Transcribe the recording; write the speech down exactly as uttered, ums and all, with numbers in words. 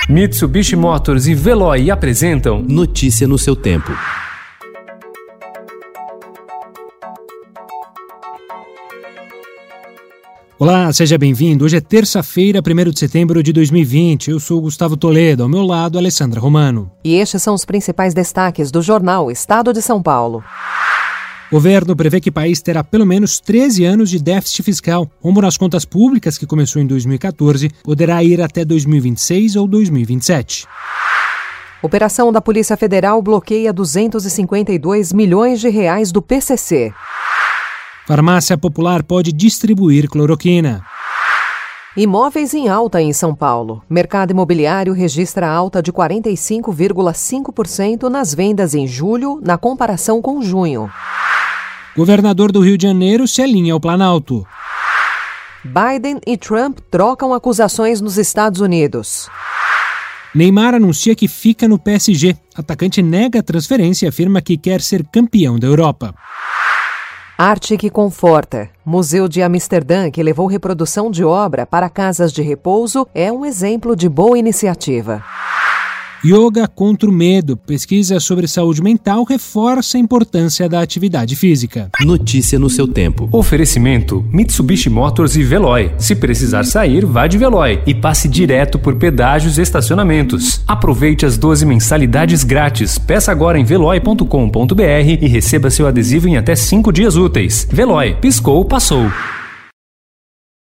Mitsubishi Motors e Veloy apresentam Notícia no seu tempo. Olá, seja bem-vindo. Hoje é terça-feira, primeiro de setembro de dois mil e vinte. Eu sou o Gustavo Toledo, ao meu lado, Alessandra Romano. E estes são os principais destaques do jornal Estado de São Paulo. O governo prevê que o país terá pelo menos treze anos de déficit fiscal. Rumo nas contas públicas, que começou em dois mil e quatorze, poderá ir até dois mil e vinte e seis ou dois mil e vinte e sete. Operação da Polícia Federal bloqueia duzentos e cinquenta e dois milhões de reais do P C C. Farmácia Popular pode distribuir cloroquina. Imóveis em alta em São Paulo. Mercado imobiliário registra alta de quarenta e cinco vírgula cinco por cento nas vendas em julho, na comparação com junho. Governador do Rio de Janeiro se alinha ao Planalto. Biden e Trump trocam acusações nos Estados Unidos. Neymar anuncia que fica no P S G. Atacante nega a transferência e afirma que quer ser campeão da Europa. Arte que conforta. Museu de Amsterdã, que levou reprodução de obra para casas de repouso, é um exemplo de boa iniciativa. Yoga contra o medo. Pesquisa sobre saúde mental reforça a importância da atividade física. Notícia no seu tempo. Oferecimento Mitsubishi Motors e Veloy. Se precisar sair, vá de Veloy e passe direto por pedágios e estacionamentos. Aproveite as doze mensalidades grátis. Peça agora em veloy ponto com ponto br e receba seu adesivo em até cinco dias úteis. Veloy. Piscou, passou.